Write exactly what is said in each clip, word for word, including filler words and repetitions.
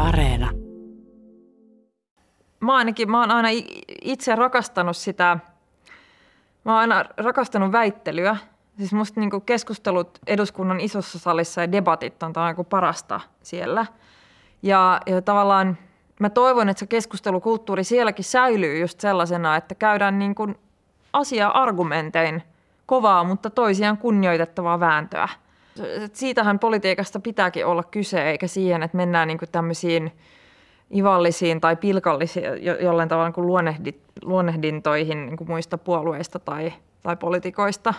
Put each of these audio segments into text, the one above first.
Areena. Mä ainakin, mä oon aina itse rakastanut sitä, mä oon aina rakastanut väittelyä. Siis musta niinku keskustelut eduskunnan isossa salissa ja debatit on niinku parasta siellä. Ja, ja tavallaan mä toivon, että se keskustelukulttuuri sielläkin säilyy just sellaisena, että käydään niinku asia-argumentein kovaa, mutta toisiaan kunnioitettavaa vääntöä. Siitähän politiikasta pitääkin olla kyse, eikä siihen, että mennään niinku tämmöisiin ivallisiin tai pilkallisiin jollain tavalla niin kuin luonnehdit, luonnehdintoihin niin kuin muista puolueista tai, tai politikoista.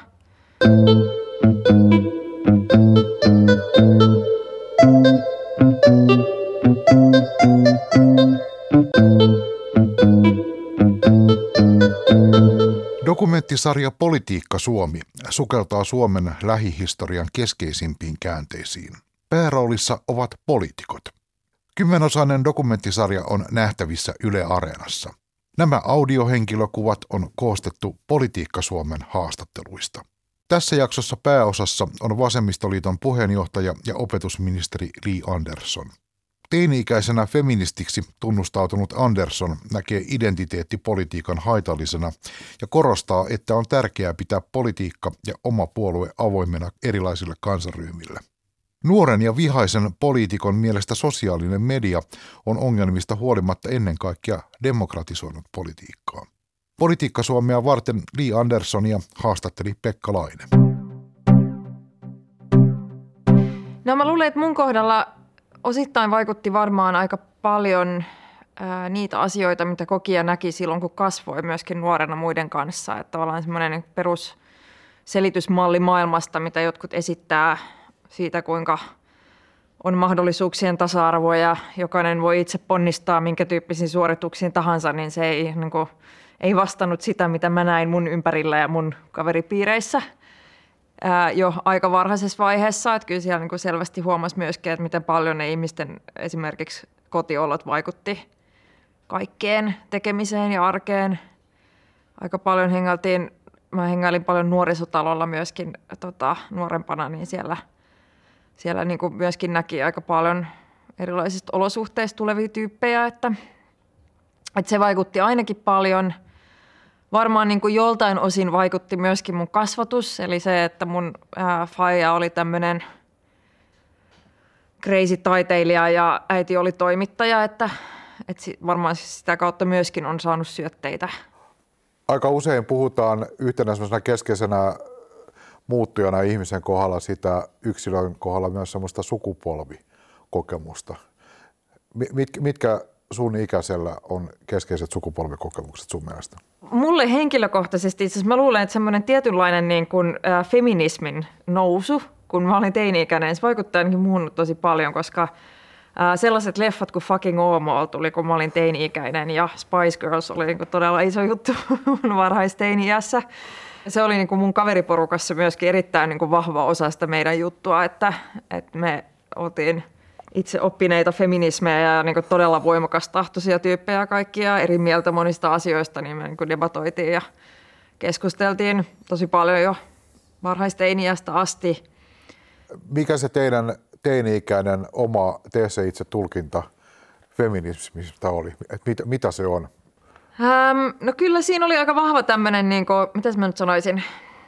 Dokumenttisarja Politiikka Suomi sukeltaa Suomen lähihistorian keskeisimpiin käänteisiin. Pääroolissa ovat poliitikot. Kymmenosainen dokumenttisarja on nähtävissä Yle Areenassa. Nämä audiohenkilökuvat on koostettu Politiikka Suomen haastatteluista. Tässä jaksossa pääosassa on Vasemmistoliiton puheenjohtaja ja opetusministeri Li Andersson. Teini-ikäisenä feministiksi tunnustautunut Andersson näkee identiteettipolitiikan haitallisena ja korostaa, että on tärkeää pitää politiikka ja oma puolue avoimena erilaisille kansanryhmille. Nuoren ja vihaisen poliitikon mielestä sosiaalinen media on ongelmista huolimatta ennen kaikkea demokratisoinut politiikkaa. Politiikka Suomea varten Li Anderssonia haastatteli Pekka Laine. No mä luulen, että mun kohdalla osittain vaikutti varmaan aika paljon ää, niitä asioita, mitä koki ja näki silloin, kun kasvoi myöskin nuorena muiden kanssa. Että tavallaan semmoinen perusselitysmalli maailmasta, mitä jotkut esittää siitä, kuinka on mahdollisuuksien tasa-arvoa ja jokainen voi itse ponnistaa minkä tyyppisiin suorituksiin tahansa, niin se ei, niin kuin, ei vastannut sitä, mitä mä näin mun ympärillä ja mun kaveripiireissä ää, jo aika varhaisessa vaiheessa. Että kyllä siellä niin kuin selvästi huomasi myöskin, että miten paljon ne ihmisten esimerkiksi kotiolot vaikutti kaikkeen tekemiseen ja arkeen. Aika paljon hengailtiin, mä hengailin paljon nuorisotalolla myöskin tota, nuorempana, niin siellä Siellä niin kuin myöskin näki aika paljon erilaisista olosuhteista tulevia tyyppejä, että, että se vaikutti ainakin paljon. Varmaan niin kuin joltain osin vaikutti myöskin mun kasvatus, eli se, että mun ää, faija oli tämmöinen crazy taiteilija ja äiti oli toimittaja, että, että varmaan sitä kautta myöskin on saanut syötteitä. Aika usein puhutaan yhtenä semmoisena keskeisenä muuttujana ihmisen kohdalla sitä yksilön kohdalla myös semmoista sukupolvikokemusta. Mit, mitkä sun ikäisellä on keskeiset sukupolvikokemukset sun mielestä? Mulle henkilökohtaisesti, itse asiassa mä luulen, että semmoinen tietynlainen niin kuin, äh, feminismin nousu, kun mä olin teini-ikäinen, se vaikuttaa ainakin muuhun tosi paljon, koska äh, sellaiset leffat kuin Fucking Åmål tuli, kun mä olin teini-ikäinen, ja Spice Girls oli niin kuin todella iso juttu mun varhaisteini-iässä. Se oli niin kuin mun kaveriporukassa myöskin erittäin niin kuin vahva osa sitä meidän juttua, että, että me oltiin itse oppineita feminismejä ja niin kuin todella voimakastahtoisia tyyppejä kaikkia eri mieltä monista asioista, niin me niin kuin debatoitiin ja keskusteltiin tosi paljon jo varhaisteini-iästä asti. Mikä se teidän teini-ikäinen oma tee se itse tulkinta feminismistä oli? Et mit, mitä se on? Ähm, no kyllä siinä oli aika vahva tämmöinen, niin kuin, mitäs mä nyt sanoisin,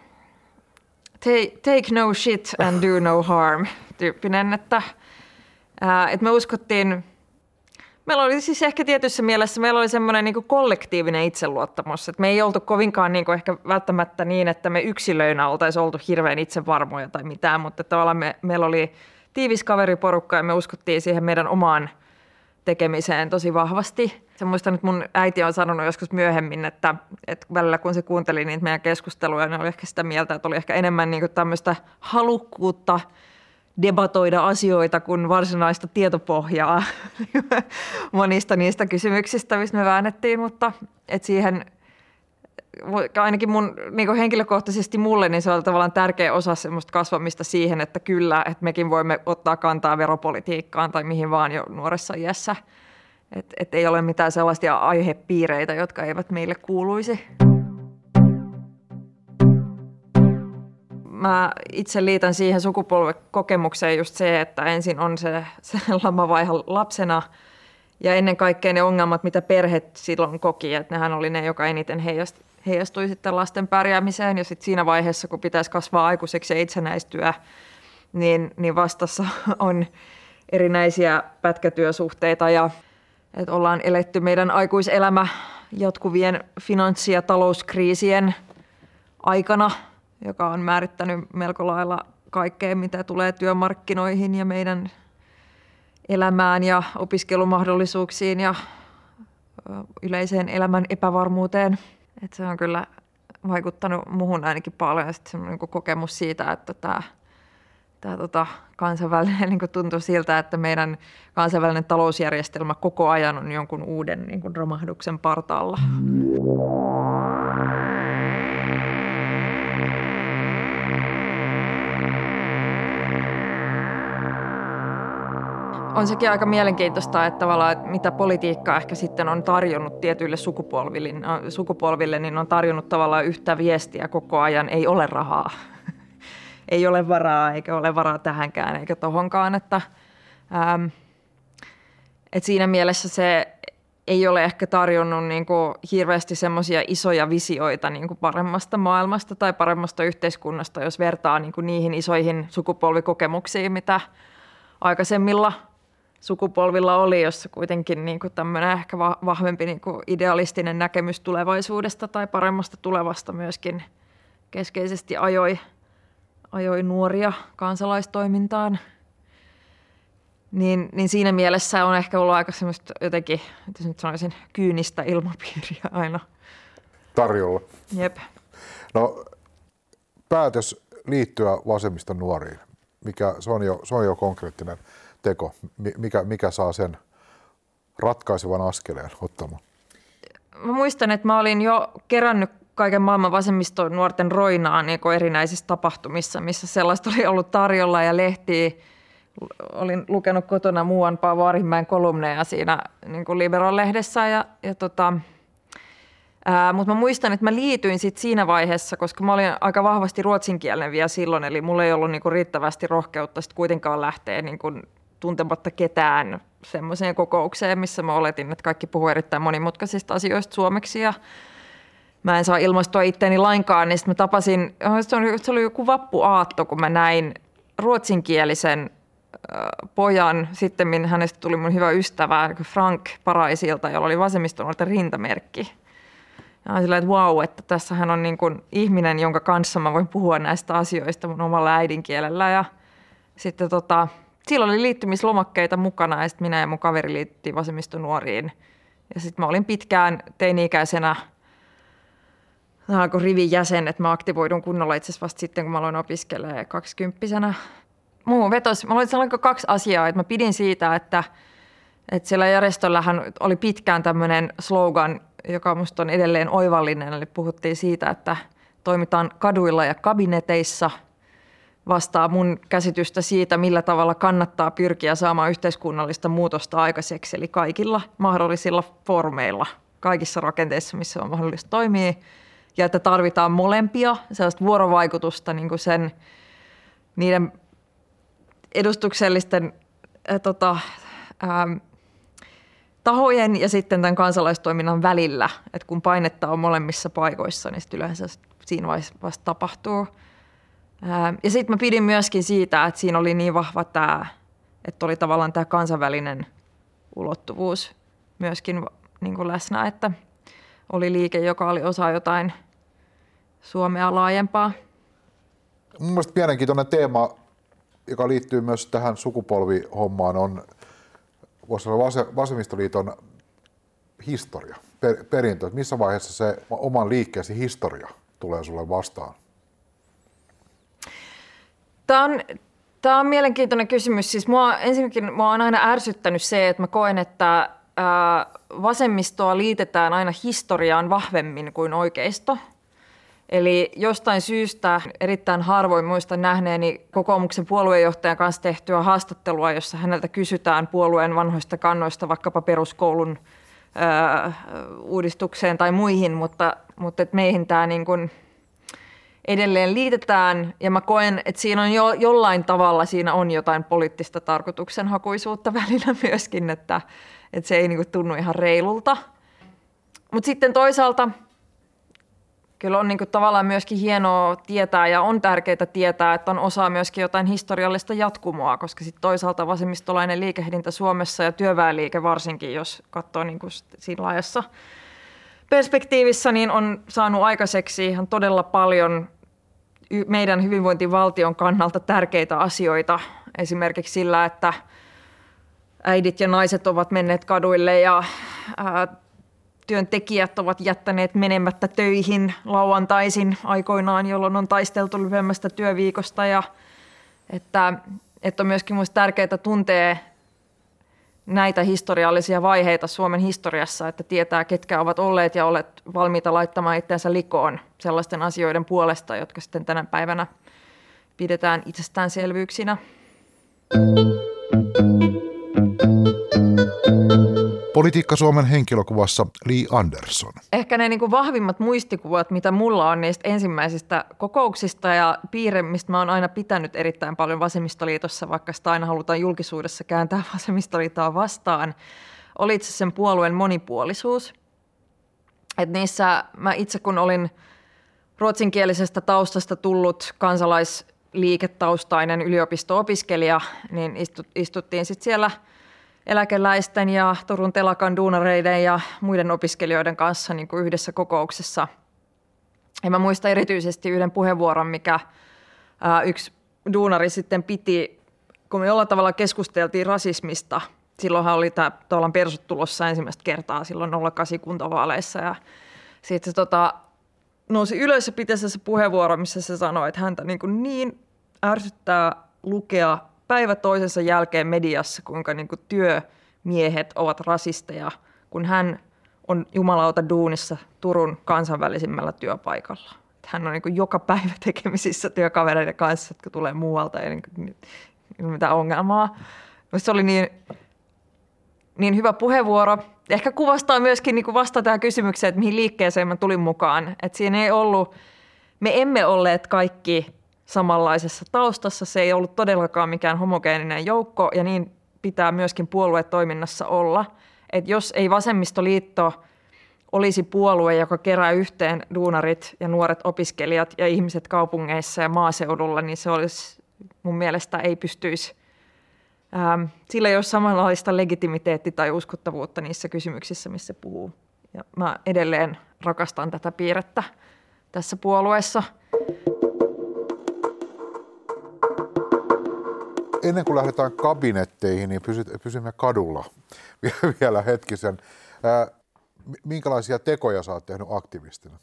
take, take no shit and do no harm tyyppinen, että, äh, että me uskottiin, meillä oli siis ehkä tietyssä mielessä, meillä oli semmoinen niin kuin kollektiivinen itseluottamus, että me ei oltu kovinkaan niin kuin ehkä välttämättä niin, että me yksilöinä oltaisiin oltu hirveän itsevarmoja tai mitään, mutta tavallaan me, meillä oli tiivis kaveriporukka ja me uskottiin siihen meidän omaan tekemiseen tosi vahvasti. Sä muistan, että mun äiti on sanonut joskus myöhemmin, että, että välillä kun se kuunteli niitä meidän keskusteluja, niin oli ehkä sitä mieltä, että oli ehkä enemmän niin kuin tämmöistä halukkuutta debatoida asioita kuin varsinaista tietopohjaa monista niistä kysymyksistä, mistä me väännettiin, mutta että siihen ainakin mun niin kuin henkilökohtaisesti mulle, niin se on tavallaan tärkeä osa semmoista kasvamista siihen, että kyllä, että mekin voimme ottaa kantaa veropolitiikkaan tai mihin vaan jo nuoressa iässä. Että et ei ole mitään sellaisia aihepiireitä, jotka eivät meille kuuluisi. mä itse liitän siihen sukupolvikokemukseen just se, että ensin on se, se lamavaihe lapsena ja ennen kaikkea ne ongelmat, mitä perhe silloin koki, että nehän oli ne, joka eniten heijastui sitten lasten pärjäämiseen ja sitten siinä vaiheessa, kun pitäisi kasvaa aikuiseksi ja itsenäistyä, niin, niin vastassa on erinäisiä pätkätyösuhteita ja että ollaan eletty meidän aikuiselämä jatkuvien finanssi- ja talouskriisien aikana, joka on määrittänyt melko lailla kaikkea, mitä tulee työmarkkinoihin ja meidän elämään ja opiskelumahdollisuuksiin ja yleiseen elämän epävarmuuteen. Et se on kyllä vaikuttanut muhun ainakin paljon. Sitten se on niin kuin kokemus siitä, että tämä, tämä tota, kansainvälinen niin kuin tuntuu siltä, että meidän kansainvälinen talousjärjestelmä koko ajan on jonkun uuden niin kuin romahduksen partaalla. On sekin aika mielenkiintoista, että tavallaan että mitä politiikka ehkä sitten on tarjonnut tietyille sukupolville, sukupolville, niin on tarjonnut tavallaan yhtä viestiä koko ajan, ei ole rahaa. Ei ole varaa, eikä ole varaa tähänkään, eikä tohonkaan. Että, ähm, että siinä mielessä se ei ole ehkä tarjonnut niin kuin hirveästi semmoisia isoja visioita niin kuin paremmasta maailmasta tai paremmasta yhteiskunnasta, jos vertaa niin kuin niihin isoihin sukupolvikokemuksiin, mitä aikaisemmilla sukupolvilla oli, jossa kuitenkin niin kuin tämmöinen ehkä vahvempi niin kuin idealistinen näkemys tulevaisuudesta tai paremmasta tulevasta myöskin keskeisesti ajoi, ajoi nuoria kansalaistoimintaan. Niin, niin siinä mielessä on ehkä ollut aika semmoista jotenkin, jos nyt sanoisin, kyynistä ilmapiiriä aina tarjolla. Jep. No, päätös liittyä vasemmiston nuoriin, mikä, se, on jo, se on jo konkreettinen teko. Mikä, mikä saa sen ratkaisevan askeleen ottamaan? Mä muistan, että mä olin jo kerännyt kaiken maailman vasemmiston nuorten roinaa niin erinäisissä tapahtumissa, missä sellaista oli ollut tarjolla ja lehtiä. Olin lukenut kotona muuan Paavo Arhinmäen kolumneja siinä niin kuin Liberal-lehdessä. Ja, ja tota, mutta mä muistan, että mä liityin sit siinä vaiheessa, koska mä olin aika vahvasti ruotsinkielinen vielä silloin, eli mulla ei ollut niin kuin riittävästi rohkeutta sit kuitenkaan lähteä niin kuin tuntematta ketään semmoiseen kokoukseen, missä mä oletin, että kaikki puhuu erittäin monimutkaisista asioista suomeksi ja mä en saa ilmaistua itteeni lainkaan, niin sitten mä tapasin, se oli joku vappuaatto, kun mä näin ruotsinkielisen pojan, sitten hänestä tuli mun hyvä ystävä Frank Paraisilta, jolla oli vasemmistonuorten rintamerkki. Ja mä sillä, että vau, että tässähän on niin kuin ihminen, jonka kanssa mä voin puhua näistä asioista mun omalla äidinkielellä. Ja sitten tota, silloin oli liittymislomakkeita mukana ja sitten minä ja mun kaveri liittytiin vasemmistonuoriin. Ja sitten mä olin pitkään teini-ikäisenä rivin jäsen, että mä aktivoidun kunnolla itse asiassa vasta sitten, kun mä aloin opiskelemaan kaksikymppisenä. Muu vetos, mä aloin sanoa kaksi asiaa, että mä pidin siitä, että, että siellä järjestöllähän oli pitkään tämmöinen slogan, joka musta on edelleen oivallinen, eli puhuttiin siitä, että toimitaan kaduilla ja kabineteissa, vastaa mun käsitystä siitä, millä tavalla kannattaa pyrkiä saamaan yhteiskunnallista muutosta aikaiseksi, eli kaikilla mahdollisilla formeilla, kaikissa rakenteissa, missä on mahdollista toimia, ja että tarvitaan molempia, sellaista vuorovaikutusta niin kuin sen, niiden edustuksellisten äh, tota, ähm, tahojen ja sitten tämän kansalaistoiminnan välillä, että kun painetta on molemmissa paikoissa, niin sitten yleensä siinä vaiheessa vasta tapahtuu. Ja sitten mä pidin myöskin siitä, että siinä oli niin vahva tämä, että oli tavallaan tämä kansainvälinen ulottuvuus myöskin niin kuin läsnä, että oli liike, joka oli osa jotain Suomea laajempaa. Mun mielestä mielenkiintoinen teema, joka liittyy myös tähän sukupolvihommaan, on voisi sanoa vasemmistoliiton historia, per, perintö. Missä vaiheessa se oman liikkeesi historia tulee sulle vastaan? Tämä on, tämä on mielenkiintoinen kysymys. Siis mua, ensinnäkin mua on aina ärsyttänyt se, että mä koen, että ää, vasemmistoa liitetään aina historiaan vahvemmin kuin oikeisto. Eli jostain syystä erittäin harvoin muistan nähneeni kokoomuksen puoluejohtajan kanssa tehtyä haastattelua, jossa häneltä kysytään puolueen vanhoista kannoista vaikkapa peruskoulun ää, uudistukseen tai muihin, mutta, mutta et meihin tämä niin kuin edelleen liitetään, ja mä koen, että siinä on jo, jollain tavalla siinä on jotain poliittista tarkoituksenhakuisuutta välillä myöskin, että, että se ei niin kuin tunnu ihan reilulta. Mutta sitten toisaalta kyllä on niin kuin tavallaan myöskin hienoa tietää ja on tärkeää tietää, että on osa myöskin jotain historiallista jatkumoa, koska sitten toisaalta vasemmistolainen liikehdintä Suomessa ja työväenliike varsinkin, jos katsoo niin kuin siinä laajassa perspektiivissä, niin on saanut aikaiseksi ihan todella paljon meidän hyvinvointivaltion kannalta tärkeitä asioita. Esimerkiksi sillä, että äidit ja naiset ovat menneet kaduille ja ää, työntekijät ovat jättäneet menemättä töihin lauantaisin aikoinaan, jolloin on taisteltu lyhyemmästä työviikosta. Ja että, että on myöskin minusta tärkeää tuntea näitä historiallisia vaiheita Suomen historiassa, että tietää, ketkä ovat olleet ja olet valmiita laittamaan itseänsä likoon sellaisten asioiden puolesta, jotka sitten tänä päivänä pidetään itsestäänselvyyksinä. Politiikka Suomen henkilökuvassa Li Andersson. Ehkä ne niin kuin vahvimmat muistikuvat, mitä mulla on niistä ensimmäisistä kokouksista ja piirre, mistä mä oon aina pitänyt erittäin paljon Vasemmistoliitossa, vaikka sitä aina halutaan julkisuudessa kääntää Vasemmistoliittoa vastaan, oli itse sen puolueen monipuolisuus. Et niissä mä itse kun olin ruotsinkielisestä taustasta tullut kansalaisliiketaustainen yliopisto-opiskelija, niin istuttiin sitten siellä eläkeläisten ja Turun telakan duunareiden ja muiden opiskelijoiden kanssa niin kuin yhdessä kokouksessa. Ja mä muistan erityisesti yhden puheenvuoron, mikä ää, yksi duunari sitten piti, kun me jollain tavalla keskusteltiin rasismista. Silloinhan oli tämä tavallaan persut tulossa ensimmäistä kertaa silloin nolla kahdeksan kuntavaaleissa. Ja sitten se tota, nousi ylös ja piti se puheenvuoro, missä se sanoi, että häntä niin, kuin niin ärsyttää lukea päivä toisensa jälkeen mediassa, kuinka niin kuin työmiehet ovat rasisteja, kun hän on jumalauta duunissa Turun kansainvälisimmällä työpaikalla. Että hän on niin kuin joka päivä tekemisissä työkavereiden kanssa, jotka tulee muualta, ei niin kuin mitään ongelmaa. Se oli niin, niin hyvä puheenvuoro. Ehkä kuvastaa myöskin niin kuin vasta tähän kysymykseen, että mihin liikkeeseen mä tulin mukaan. Että siinä ei ollut, me emme olleet kaikki samanlaisessa taustassa. Se ei ollut todellakaan mikään homogeeninen joukko ja niin pitää myöskin puoluetoiminnassa olla. Että jos ei Vasemmistoliitto olisi puolue, joka kerää yhteen duunarit ja nuoret opiskelijat ja ihmiset kaupungeissa ja maaseudulla, niin se olisi mun mielestä ei pystyisi, ähm, sillä ei ole samanlaista legitimiteetti tai uskottavuutta niissä kysymyksissä, missä puhuu. Ja mä edelleen rakastan tätä piirrettä tässä puolueessa. Ennen kuin lähdetään kabinetteihin, niin pysymme kadulla vielä hetkisen. Minkälaisia tekoja sä oot tehnyt aktivistina?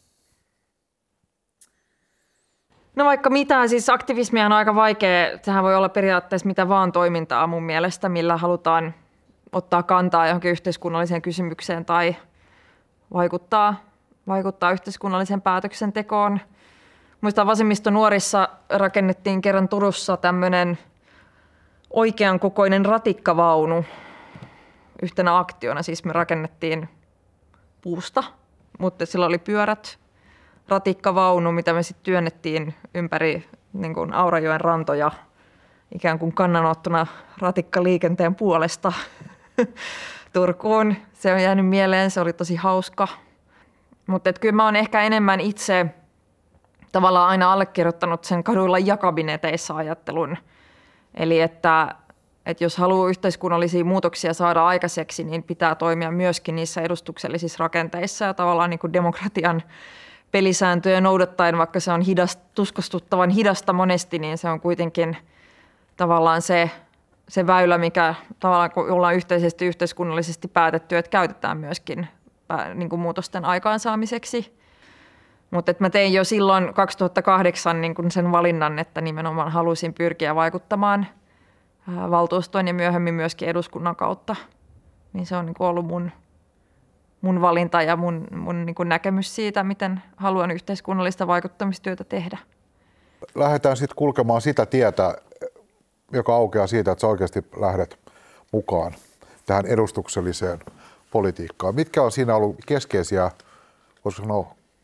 No vaikka mitään, siis aktivismia on aika vaikea. Sehän voi olla periaatteessa mitä vaan toimintaa mun mielestä, millä halutaan ottaa kantaa johonkin yhteiskunnalliseen kysymykseen tai vaikuttaa, vaikuttaa yhteiskunnalliseen päätöksentekoon. Muistan vasemmistonuorissa rakennettiin kerran Turussa tämmöinen oikean kokoinen ratikkavaunu yhtenä aktiona. Siis me rakennettiin puusta, mutta sillä oli pyörät, ratikkavaunu, mitä me sitten työnnettiin ympäri niin kuin Aurajoen rantoja ikään kuin kannanottona ratikkaliikenteen puolesta Turkuun. Se on jäänyt mieleen, se oli tosi hauska. Mutta kyllä mä oon ehkä enemmän itse tavallaan aina allekirjoittanut sen kaduilla ja kabineteissa ajattelun. Eli että, että jos haluaa yhteiskunnallisia muutoksia saada aikaiseksi, niin pitää toimia myöskin niissä edustuksellisissa rakenteissa ja tavallaan niin kuin demokratian pelisääntöjä noudattaen, vaikka se on hidast, tuskastuttavan hidasta monesti, niin se on kuitenkin tavallaan se, se väylä, mikä tavallaan kun ollaan yhteisesti yhteiskunnallisesti päätetty, että käytetään myöskin niin kuin muutosten aikaansaamiseksi. Mutta mä tein jo silloin kaksituhattakahdeksan niin kun sen valinnan, että nimenomaan halusin pyrkiä vaikuttamaan valtuustoon ja myöhemmin myöskin eduskunnan kautta. Niin se on niin kun ollut mun, mun valinta ja mun, mun niin kun näkemys siitä, miten haluan yhteiskunnallista vaikuttamistyötä tehdä. Lähdetään sitten kulkemaan sitä tietä, joka aukeaa siitä, että sä oikeasti lähdet mukaan tähän edustukselliseen politiikkaan. Mitkä on siinä ollut keskeisiä, voisiko sanoa,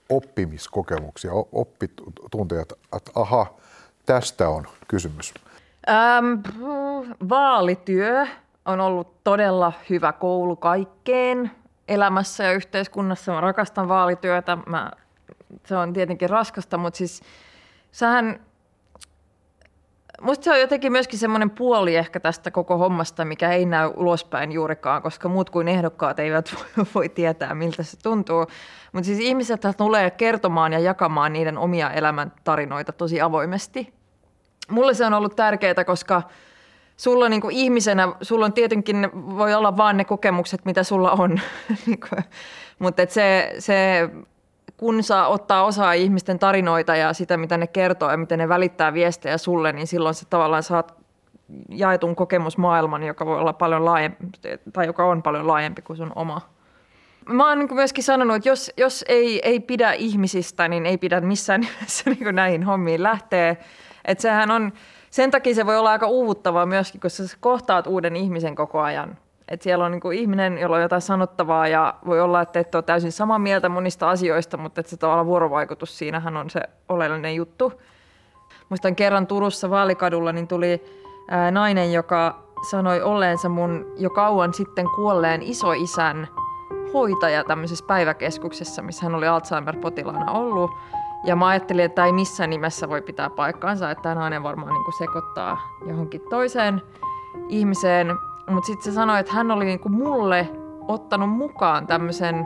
oppimiskokemuksia, oppitunteja, että aha, tästä on kysymys? Ähm, vaalityö on ollut todella hyvä koulu kaikkeen elämässä ja yhteiskunnassa. Mä rakastan vaalityötä. Mä, se on tietenkin raskasta, mutta siis sähän, musta se on jotenkin myöskin semmoinen puoli ehkä tästä koko hommasta, mikä ei näy ulospäin juurikaan, koska muut kuin ehdokkaat eivät voi tietää, miltä se tuntuu. Mutta siis ihmiset tulee kertomaan ja jakamaan niiden omia elämäntarinoita tosi avoimesti. Mulle se on ollut tärkeää, koska sulla niin kuin ihmisenä, sulla on tietenkin, voi olla vaan ne kokemukset, mitä sulla on, mutta se, se, kun saa ottaa osaa ihmisten tarinoita ja sitä, mitä ne kertoo ja miten ne välittää viestejä sulle, niin silloin sä tavallaan saat jaetun kokemusmaailman, joka voi olla paljon laajempi, tai joka on paljon laajempi kuin sun oma. Mä oon myöskin sanonut, että jos, jos ei, ei pidä ihmisistä, niin ei pidä missään nimessä niin kuin näihin hommiin lähteä. Että sehän on, sen takia se voi olla aika uuvuttavaa myöskin, koska sä kohtaat uuden ihmisen koko ajan. Että siellä on niin kuin ihminen, jolla on jotain sanottavaa ja voi olla, että et ole täysin samaa mieltä monista asioista, mutta että se tavallaan vuorovaikutus siinähän on se oleellinen juttu. Muistan kerran Turussa Vaalikadulla niin tuli ää, nainen, joka sanoi olleensa mun jo kauan sitten kuolleen isoisän hoitaja tämmöisessä päiväkeskuksessa, missä hän oli Alzheimer-potilaana ollut. Ja mä ajattelin, että ei missään nimessä voi pitää paikkaansa, että tämä nainen varmaan niin kuin sekoittaa johonkin toiseen ihmiseen. Mutta sitten se sanoi, että hän oli niin kuin mulle ottanut mukaan tämmöisen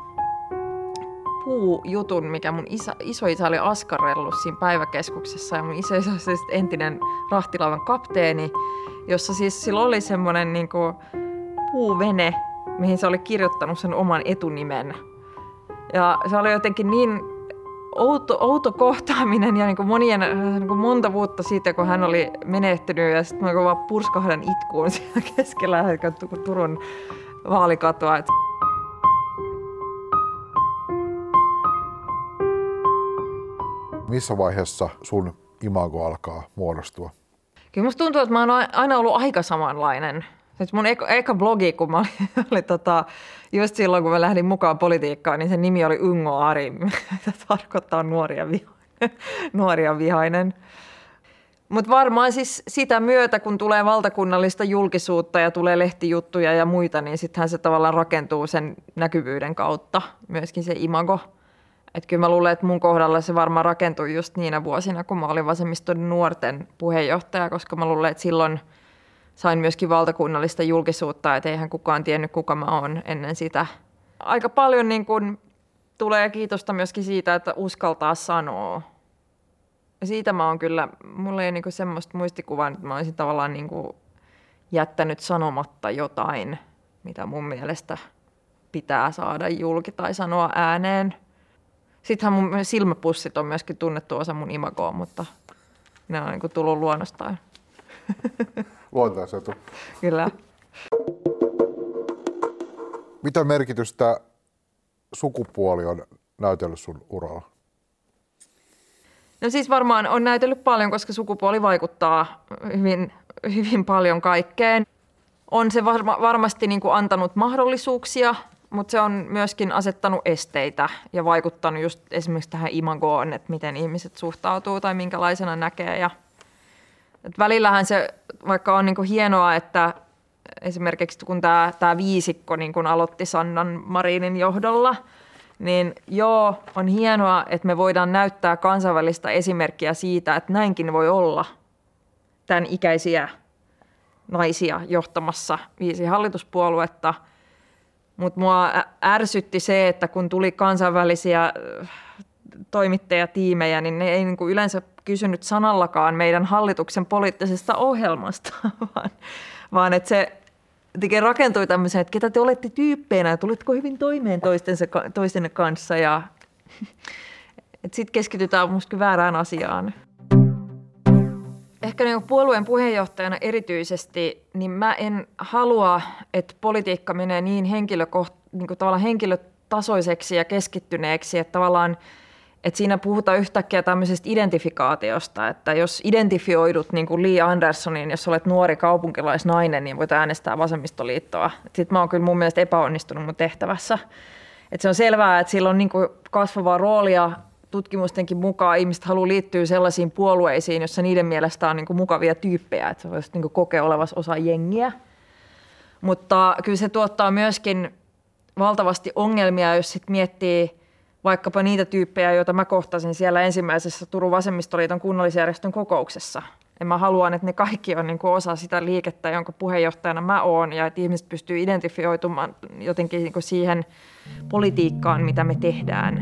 puujutun, mikä mun isä, isoisä oli askarrellut siinä päiväkeskuksessa. Ja mun isoisä oli siis entinen rahtilaivan kapteeni, jossa siis sillä oli semmoinen niin kuin puuvene, mihin se oli kirjoittanut sen oman etunimen. Ja se oli jotenkin niin outo, outo kohtaaminen ja niin kuin monien, niin kuin monta vuotta siitä, kun hän oli menehtynyt ja sitten mä vaan purskahdan itkuun siellä keskellä Turun Vaalikatua. Missä vaiheessa sun imago alkaa muodostua? Kyllä musta tuntuu, että mä oon aina ollut aika samanlainen. Siis mun eka, eka blogi, kun mä olin, oli tota, just silloin, kun mä lähdin mukaan politiikkaan, niin sen nimi oli Ungo Ari. Se tarkoittaa nuoria vihainen. nuoria vihainen. Mutta varmaan siis sitä myötä, kun tulee valtakunnallista julkisuutta ja tulee lehtijuttuja ja muita, niin sittenhän se tavallaan rakentuu sen näkyvyyden kautta, myöskin se imago. Että kyllä mä luulen, että mun kohdalla se varmaan rakentui just niinä vuosina, kun mä olin vasemmiston nuorten puheenjohtaja, koska mä luulen, että silloin sain myöskin valtakunnallista julkisuutta, että eihän kukaan tiennyt, kuka mä oon ennen sitä. Aika paljon niin kun tulee kiitosta myöskin siitä, että uskaltaa sanoa. Ja siitä mä oon kyllä, mulla ei niin kuin semmoista muistikuvaa, että mä olisin tavallaan niin kuin jättänyt sanomatta jotain, mitä mun mielestä pitää saada julki tai sanoa ääneen. Sittenhän mun silmäpussit on myöskin tunnettu osa mun imagoa, mutta ne on niin kuin tullut luonnostaan. Luontaisetu. Kyllä. Mitä merkitystä sukupuoli on näytellyt sun uralla? No siis varmaan on näytellyt paljon, koska sukupuoli vaikuttaa hyvin, hyvin paljon kaikkeen. On se varma, varmasti niin kuin antanut mahdollisuuksia, mutta se on myöskin asettanut esteitä ja vaikuttanut just esimerkiksi tähän imagoon, että miten ihmiset suhtautuu tai minkälaisena näkee. Ja, että välillähän se, vaikka on niin kuin hienoa, että esimerkiksi kun tämä, tämä viisikko niin kuin aloitti Sannan Marinin johdolla, niin joo, on hienoa, että me voidaan näyttää kansainvälistä esimerkkiä siitä, että näinkin voi olla tämän ikäisiä naisia johtamassa viisi hallituspuoluetta. Mutta mua ärsytti se, että kun tuli kansainvälisiä toimittajatiimejä, niin ne ei niinku yleensä kysynyt sanallakaan meidän hallituksen poliittisesta ohjelmasta, vaan, vaan että se rakentui tämmöiseen, että ketä te olette tyyppeinä ja tuletko hyvin toimeen toistensa, toistenne kanssa. Ja sitten keskitytään musta väärään asiaan. Ehkä niin puolueen puheenjohtajana erityisesti, niin mä en halua, että politiikka menee niin, henkilökoht- niin kuin tavallaan henkilötasoiseksi ja keskittyneeksi, että tavallaan että siinä puhutaan yhtäkkiä tämmöisestä identifikaatiosta, että jos identifioidut niin kuin Li Anderssoniin, jos olet nuori kaupunkilaisnainen, niin voit äänestää vasemmistoliittoa. Sitten mä oon kyllä mun mielestä epäonnistunut mun tehtävässä. että se on selvää, että sillä on niin kuin kasvavaa roolia tutkimustenkin mukaan. Ihmiset haluaa liittyä sellaisiin puolueisiin, jossa niiden mielestä on niin kuin mukavia tyyppejä, että se voisi niin kuin kokea olevassa osa jengiä. Mutta kyllä se tuottaa myöskin valtavasti ongelmia, jos sit miettii vaikkapa niitä tyyppejä, joita mä kohtasin siellä ensimmäisessä Turun vasemmistoliiton kunnallisjärjestön kokouksessa. Ja mä haluan, että ne kaikki on niin kuin osa sitä liikettä, jonka puheenjohtajana mä oon, ja että ihmiset pystyy identifioitumaan jotenkin niin kuin siihen politiikkaan, mitä me tehdään.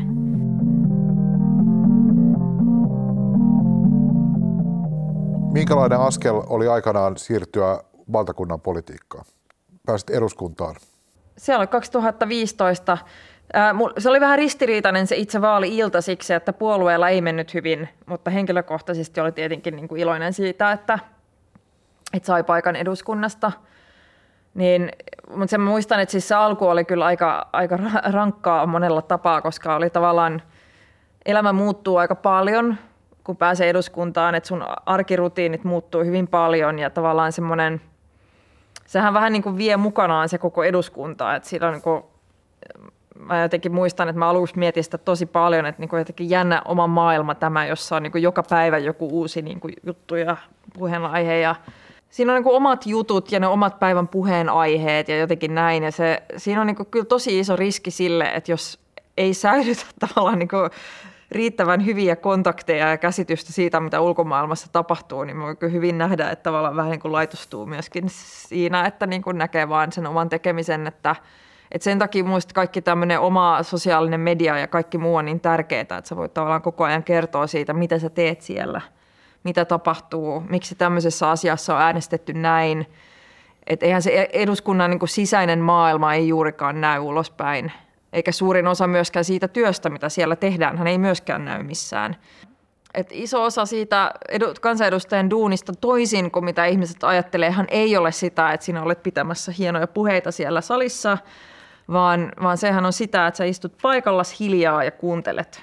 Minkälainen askel oli aikanaan siirtyä valtakunnan politiikkaan? Pääsit eduskuntaan. Se oli kaksituhattaviisitoista. Se oli vähän ristiriitainen se itse vaali-ilta siksi, että puolueella ei mennyt hyvin, mutta henkilökohtaisesti oli tietenkin niin kuin iloinen siitä, että, että sai paikan eduskunnasta. Niin, mutta sen muistan, että siis se alku oli kyllä aika, aika rankkaa monella tapaa, koska oli tavallaan elämä muuttuu aika paljon, kun pääsee eduskuntaan, että sun arkirutiinit muuttuu hyvin paljon ja tavallaan semmoinen, sehän vähän niin kuin vie mukanaan se koko eduskunta, että siinä on niin kuin, mä jotenkin muistan, että mä aluksi mietin sitä tosi paljon, että niin kuin jotenkin jännä oma maailma tämä, jossa on niin kuin joka päivä joku uusi niin kuin juttu ja puheenaihe. Ja siinä on niin kuin omat jutut ja ne omat päivän puheenaiheet ja jotenkin näin. Ja se, siinä on niin kuin kyllä tosi iso riski sille, että jos ei säilytä tavallaan niin kuin riittävän hyviä kontakteja ja käsitystä siitä, mitä ulkomaailmassa tapahtuu, niin voi kyllä hyvin nähdä, että tavallaan vähän niin kuin laitustuu myöskin siinä, että niin kuin näkee vaan sen oman tekemisen, että Et sen takia minusta kaikki tämmöinen oma sosiaalinen media ja kaikki muu on niin tärkeää, että sä voit tavallaan koko ajan kertoa siitä, mitä sä teet siellä, mitä tapahtuu, miksi tämmöisessä asiassa on äänestetty näin. Että eihän se eduskunnan niin kuin sisäinen maailma ei juurikaan näy ulospäin, eikä suurin osa myöskään siitä työstä, mitä siellä tehdään, hän ei myöskään näy missään. Et iso osa siitä edu- kansanedustajan duunista toisin kuin mitä ihmiset ajattelee, hän ei ole sitä, että sinä olet pitämässä hienoja puheita siellä salissa, vaan, vaan sehän on sitä, että sä istut paikallas hiljaa ja kuuntelet.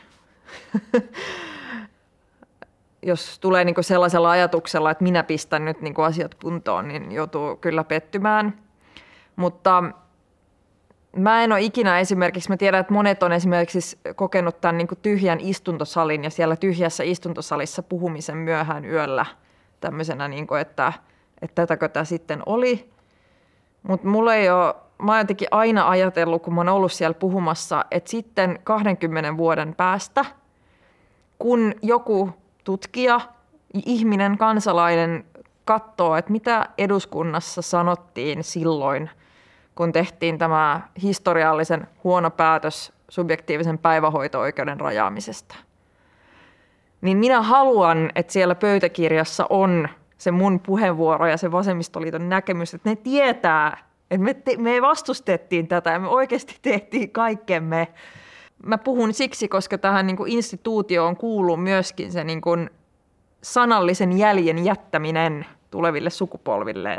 Jos tulee niinku sellaisella ajatuksella, että minä pistän nyt niinku asiat kuntoon, niin joutuu kyllä pettymään. Mutta mä en ole ikinä esimerkiksi, mä tiedän, että monet on esimerkiksi kokenut tämän niinku tyhjän istuntosalin ja siellä tyhjässä istuntosalissa puhumisen myöhään yöllä tämmöisenä, niinku, että, että tätäkö tämä sitten oli. Mutta mulla ei ole, mä oon jotenkin aina ajatellut, kun mä oon ollut siellä puhumassa, että sitten kahdenkymmenen vuoden päästä, kun joku tutkija, ihminen, kansalainen katsoo, että mitä eduskunnassa sanottiin silloin, kun tehtiin tämä historiallisen huono päätös subjektiivisen päivähoito-oikeuden rajaamisesta. Niin minä haluan, että siellä pöytäkirjassa on se mun puheenvuoro ja se vasemmistoliiton näkemys, että ne tietää, että me, te, me vastustettiin tätä ja me oikeasti tehtiin kaikkemme. Mä puhun siksi, koska tähän niin kuin instituutioon kuuluu myöskin se niin kuin sanallisen jäljen jättäminen tuleville sukupolville.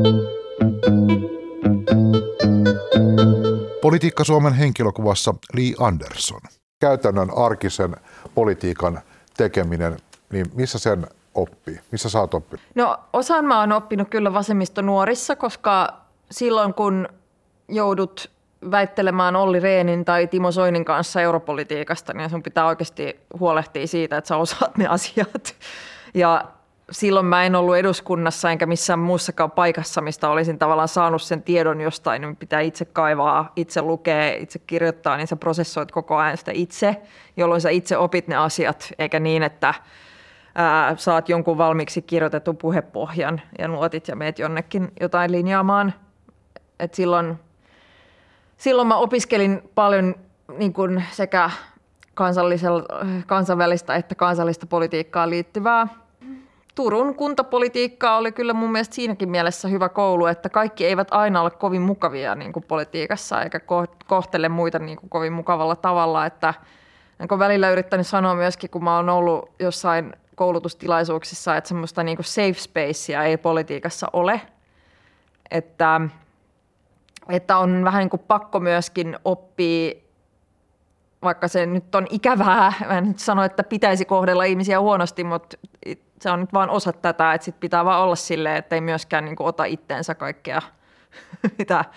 Politiikka Suomen henkilökuvassa Li Andersson. Käytännön arkisen politiikan tekeminen, niin missä sen oppii? Missä sä oot oppinut? No osan mä oon oppinut kyllä vasemmistonuorissa, koska silloin kun joudut väittelemään Olli Rehnin tai Timo Soinin kanssa europolitiikasta, niin sun pitää oikeasti huolehtia siitä, että sä osaat ne asiat. Ja silloin mä en ollut eduskunnassa enkä missään muussakaan paikassa, mistä olisin tavallaan saanut sen tiedon jostain, niin pitää itse kaivaa, itse lukea, itse kirjoittaa, niin sä prosessoit koko ajan sitä itse, jolloin sä itse opit ne asiat, eikä niin, että ää, saat jonkun valmiiksi kirjoitetun puhepohjan ja nuotit ja meet jonnekin jotain linjaamaan. Et silloin, silloin mä opiskelin paljon niin kun sekä kansainvälistä että kansallista politiikkaan liittyvää. Turun kuntapolitiikka oli kyllä mun mielestä siinäkin mielessä hyvä koulu, että kaikki eivät aina ole kovin mukavia niin kuin politiikassa eikä kohtele muita niin kuin kovin mukavalla tavalla. Että olen välillä yrittänyt sanoa myöskin, kun mä oon ollut jossain koulutustilaisuuksissa, että semmoista niin kuin safe spacea ei politiikassa ole. Että, että on vähän niin kuin pakko myöskin oppia, vaikka se nyt on ikävää, mä en nyt sano, että pitäisi kohdella ihmisiä huonosti, mutta se on nyt vaan osa tätä, että sit pitää vaan olla silleen, että ei myöskään niin kuin ota itteensä kaikkea, mitä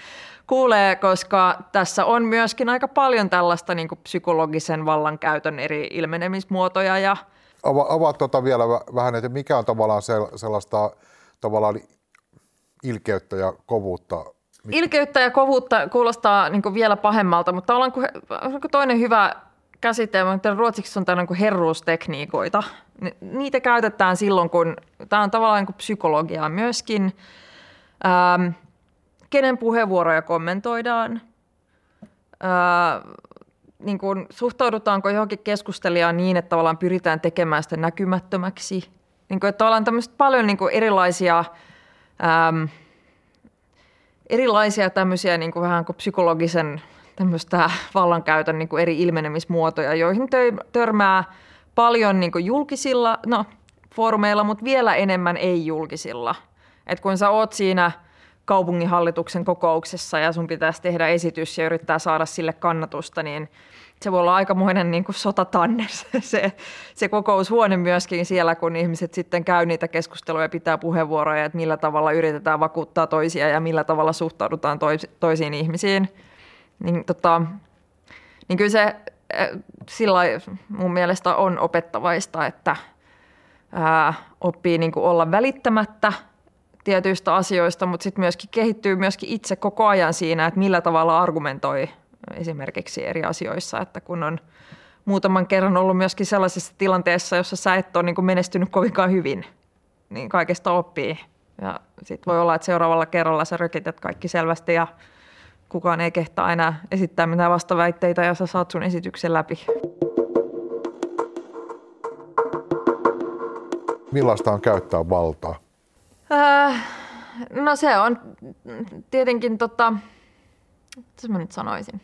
kuulee, koska tässä on myöskin aika paljon tällaista niin kuin psykologisen vallankäytön eri ilmenemismuotoja. Ja Ava, avaa tuota vielä vähän, että mikä on tavallaan sellaista tavallaan ilkeyttä ja kovuutta? Ilkeyttä ja kovuutta kuulostaa niin kuin vielä pahemmalta, mutta ollaan toinen hyvä käsite, ruotsiksi on tämä niin herruustekniikoita. Niitä käytetään silloin, kun tämä on tavallaan niin kuin psykologiaa myöskin. Ähm, kenen puheenvuoroja kommentoidaan? Äh, niin kuin, suhtaudutaanko johonkin keskustelijaan niin, että tavallaan pyritään tekemään sitä näkymättömäksi? Niin kuin, että tavallaan tämmöistä paljon niin kuin erilaisia... Ähm, Erilaisia tämmöisiä niin kuin vähän kuin psykologisen tämmöistä vallankäytön niin kuin eri ilmenemismuotoja, joihin törmää paljon niin kuin julkisilla no, foorumeilla, mutta vielä enemmän ei-julkisilla. Et kun sä oot siinä kaupunginhallituksen kokouksessa ja sun pitäisi tehdä esitys ja yrittää saada sille kannatusta, niin se voi olla aikamoinen niin kuin sotatanne se, se kokoushuone myöskin siellä, kun ihmiset sitten käy niitä keskusteluja ja pitää puheenvuoroja, että millä tavalla yritetään vakuuttaa toisia ja millä tavalla suhtaudutaan tois, toisiin ihmisiin. Niin, tota, niin kyllä se sillä mun mielestä on opettavaista, että ää, oppii niin kuin olla välittämättä tietyistä asioista, mutta sitten myöskin kehittyy myöskin itse koko ajan siinä, että millä tavalla argumentoi esimerkiksi eri asioissa, että kun on muutaman kerran ollut myöskin sellaisessa tilanteessa, jossa sä et ole niin kuin menestynyt kovinkaan hyvin, niin kaikesta oppii. Ja sitten voi olla, että seuraavalla kerralla sä rökität kaikki selvästi ja kukaan ei kehtaa enää esittää mitään vastaväitteitä ja sä saat sun esityksen läpi. Millaista on käyttää valtaa? Äh, no se on tietenkin, tota, mitä mä nyt sanoisin?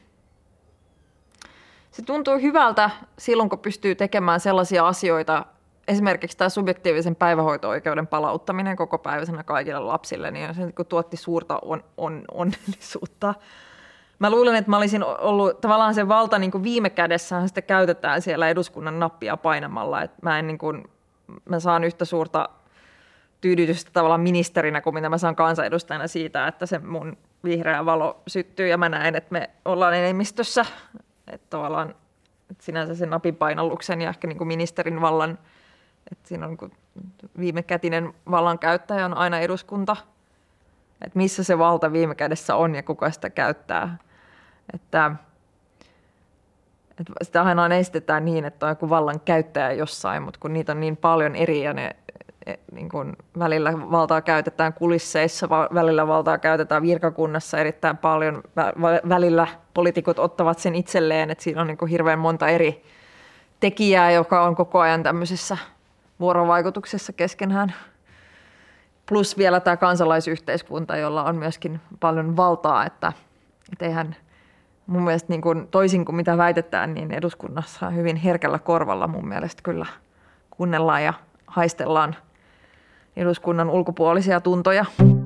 Se tuntuu hyvältä silloin, kun pystyy tekemään sellaisia asioita, esimerkiksi tämä subjektiivisen päivähoito-oikeuden palauttaminen kokopäiväisenä kaikille lapsille, niin se tuotti suurta on, on, onnellisuutta. Mä luulen, että mä olisin ollut tavallaan se valta niin kuin viime kädessähän sitä käytetään siellä eduskunnan nappia painamalla, että mä en niin kuin, mä saan yhtä suurta tyydytystä tavallaan ministerinä kuin mitä mä saan kansanedustajana siitä, että se mun vihreä valo syttyy ja mä näen, että me ollaan enemmistössä. Että tavallaan että sinänsä sen napin painalluksen ja ehkä niin kuin ministerin vallan, että siinä on niin viimekätinen vallan käyttäjä on aina eduskunta. Että missä se valta viime kädessä on ja kuka sitä käyttää. Että, että sitä aina esitetään niin, että on joku vallan käyttäjä jossain, mutta kun niitä on niin paljon eri ja ne niin kuin välillä valtaa käytetään kulisseissa, välillä valtaa käytetään virkakunnassa erittäin paljon, välillä poliitikot ottavat sen itselleen, että siinä on niin kuin hirveän monta eri tekijää, joka on koko ajan tämmöisessä vuorovaikutuksessa keskenään. Plus vielä tämä kansalaisyhteiskunta, jolla on myöskin paljon valtaa, että, että eihän mun mielestä niin kuin, toisin kuin mitä väitetään, niin eduskunnassa hyvin herkällä korvalla mun mielestä kyllä kuunnellaan ja haistellaan eduskunnan ulkopuolisia tuntoja.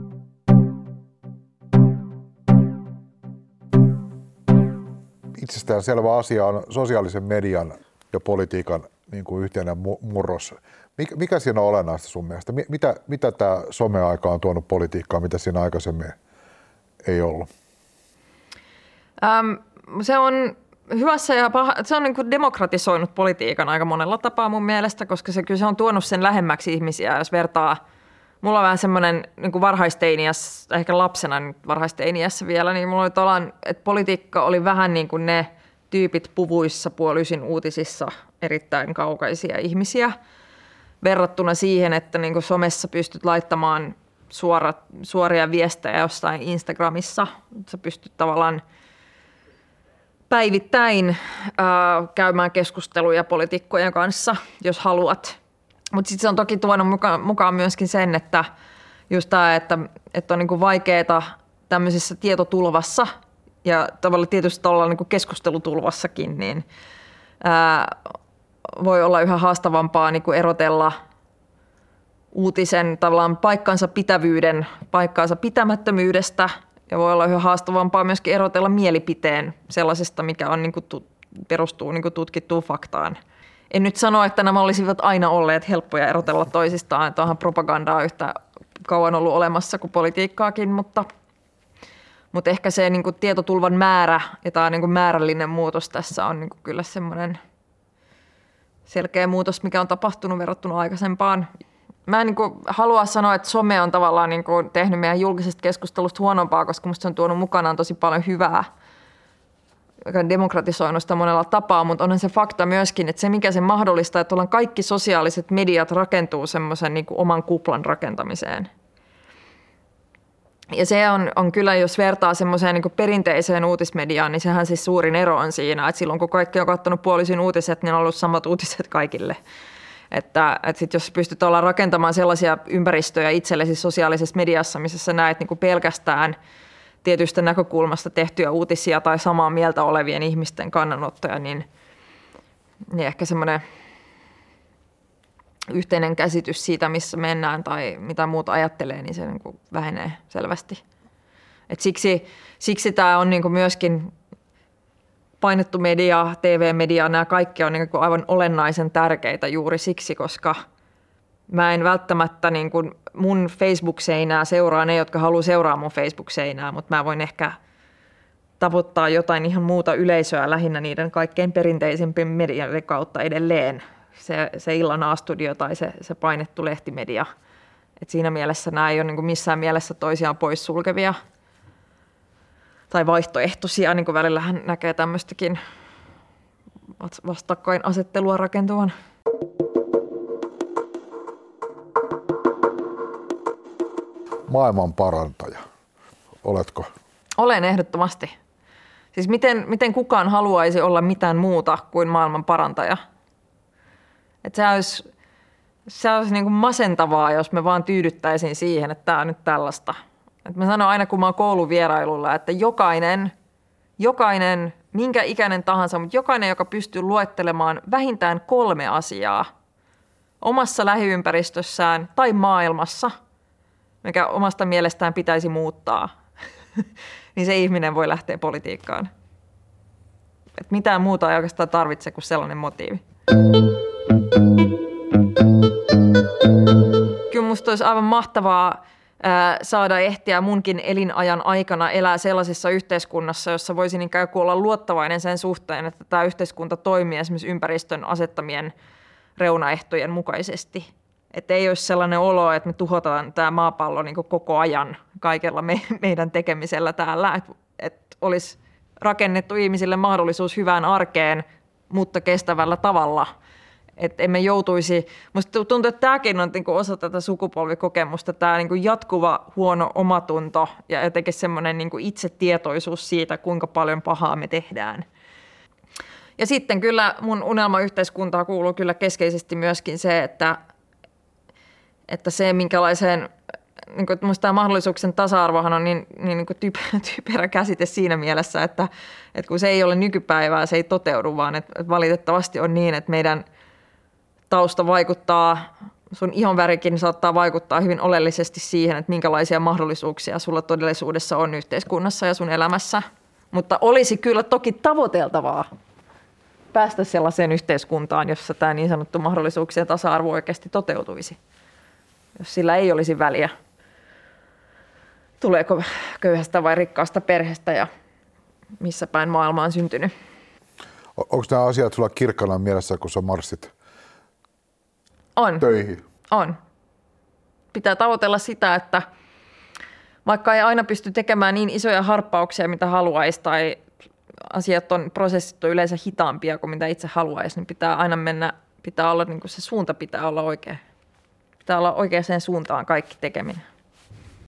Itsestään selvä asia on sosiaalisen median ja politiikan niin kuin yhteinen murros. Mikä, mikä siinä on olennaista sun mielestä? Mitä, mitä tämä someaika on tuonut politiikkaan, mitä siinä aikaisemmin ei ollut? Ähm, se on hyvässä ja paha, se on niin kuin demokratisoinut politiikan aika monella tapaa mun mielestä, koska se kyllä se on tuonut sen lähemmäksi ihmisiä, jos vertaa. Mulla on vähän semmoinen niin kuin varhaisteiniässä, ehkä lapsena varhaisteiniässä vielä, niin mulla oli tavallaan, että politiikka oli vähän niin kuin ne tyypit puvuissa puolisin uutisissa erittäin kaukaisia ihmisiä verrattuna siihen, että niin kuin somessa pystyt laittamaan suora, suoria viestejä jostain Instagramissa. Sä pystyt tavallaan päivittäin äh, käymään keskusteluja poliitikkojen kanssa, jos haluat. Mutta sitten se on toki tuonut mukaan, mukaan myöskin sen, että just tämä, että, että on niinku vaikeaa tämmöisessä tietotulvassa ja tavallaan tietysti ollaan niinku keskustelutulvassakin, niin ää, voi olla yhä haastavampaa niinku erotella uutisen tavallaan paikkansa pitävyyden paikkaansa pitämättömyydestä ja voi olla yhä haastavampaa myöskin erotella mielipiteen sellaisesta, mikä on niinku tu, perustuu niinku tutkittuun faktaan. En nyt sano, että nämä olisivat aina olleet helppoja erotella toisistaan, että onhan propagandaa yhtä kauan ollut olemassa kuin politiikkaakin, mutta, Mutta ehkä se niin kuin tietotulvan määrä ja tämä niin kuin määrällinen muutos tässä on niin kuin kyllä semmoinen selkeä muutos, mikä on tapahtunut verrattuna aikaisempaan. Mä en niin kuin halua sanoa, että some on tavallaan niin kuin tehnyt meidän julkisesta keskustelusta huonompaa, koska musta se on tuonut mukanaan tosi paljon hyvää, joka on demokratisoinut sitä monella tapaa, mutta onhan se fakta myöskin, että se mikä se mahdollistaa, että ollaan kaikki sosiaaliset mediat rakentuu semmoisen niin kuin oman kuplan rakentamiseen. Ja se on, on kyllä, jos vertaa semmoiseen niin kuin perinteiseen uutismediaan, niin sehän siis suurin ero on siinä, että silloin kun kaikki on katsonut puolisin uutiset, niin on ollut samat uutiset kaikille. Että, että sit jos pystyt olla rakentamaan sellaisia ympäristöjä itsellesi sosiaalisessa mediassa, missä sä näet niin kuin pelkästään tietystä näkökulmasta tehtyjä uutisia tai samaa mieltä olevien ihmisten kannanottoja, niin, niin ehkä semmoinen yhteinen käsitys siitä, missä mennään tai mitä muut ajattelee, niin se niin kuin vähenee selvästi. Et siksi, siksi tämä on niin kuin myöskin painettu media, T V-media, nämä kaikki on niin kuin aivan olennaisen tärkeitä juuri siksi, koska mä en välttämättä niin kuin mun Facebook-seinää seuraa ne, jotka haluaa seuraa mun Facebook-seinää, mutta mä voin ehkä tavoittaa jotain ihan muuta yleisöä lähinnä niiden kaikkein perinteisimpien medioiden kautta edelleen. Se, se illan A-studio tai se, se painettu lehtimedia. Et siinä mielessä nämä ei ole niin kuin missään mielessä toisiaan poissulkevia tai vaihtoehtoisia, niin kuin välillähän näkee tämmöistäkin vastakkainasettelua rakentuvan. Maailman parantaja. Oletko? Olen ehdottomasti. Siis miten, miten kukaan haluaisi olla mitään muuta kuin maailman parantaja? Että se olisi, se olisi niin kuin masentavaa, jos me vaan tyydyttäisiin siihen, että tämä on nyt tällaista. Et mä sanon aina, kun mä oon kouluvierailulla, että jokainen, jokainen, minkä ikäinen tahansa, mutta jokainen, joka pystyy luettelemaan vähintään kolme asiaa omassa lähiympäristössään tai maailmassa, mikä omasta mielestään pitäisi muuttaa, niin se ihminen voi lähteä politiikkaan. Et mitään muuta ei oikeastaan tarvitse kuin sellainen motiivi. Kyllä musta olisi aivan mahtavaa saada ehtiä munkin elinajan aikana elää sellaisessa yhteiskunnassa, jossa voisin ikään kuin olla luottavainen sen suhteen, että tämä yhteiskunta toimii esimerkiksi ympäristön asettamien reunaehtojen mukaisesti. Että ei olisi sellainen olo, että me tuhotaan tämä maapallo niin kuin koko ajan kaikella me, meidän tekemisellä täällä. Että et olisi rakennettu ihmisille mahdollisuus hyvään arkeen, mutta kestävällä tavalla. Että emme joutuisi, musta tuntuu, että tämäkin on niin kuin osa tätä sukupolvikokemusta, tämä niin kuin jatkuva huono omatunto ja jotenkin semmoinen niin kuin itsetietoisuus siitä, kuinka paljon pahaa me tehdään. Ja sitten kyllä mun unelmayhteiskuntaan kuuluu kyllä keskeisesti myöskin se, että, että se minkälaiseen, niin kuin, musta tämä mahdollisuuksien tasa-arvohan on niin, niin, niin kuin typerä käsite siinä mielessä, että, että kun se ei ole nykypäivää, se ei toteudu, vaan että valitettavasti on niin, että meidän tausta vaikuttaa, sun ihonvärikin saattaa vaikuttaa hyvin oleellisesti siihen, että minkälaisia mahdollisuuksia sulla todellisuudessa on yhteiskunnassa ja sun elämässä. Mutta olisi kyllä toki tavoiteltavaa päästä sellaiseen yhteiskuntaan, jossa tämä niin sanottu mahdollisuuksien tasa-arvo oikeasti toteutuisi. Jos sillä ei olisi väliä, tuleeko köyhästä vai rikkaasta perheestä ja missä päin maailma on syntynyt. Onko nämä asiat sulla kirkkana mielessä, kun sä marssit on. töihin? On. Pitää tavoitella sitä, että vaikka ei aina pysty tekemään niin isoja harppauksia, mitä haluaisi, tai asiat on, prosessit on yleensä hitaampia kuin mitä itse haluaisi, niin pitää aina mennä, pitää olla, niin kuin se suunta pitää olla oikea. Pitää olla oikeaan suuntaan kaikki tekeminen.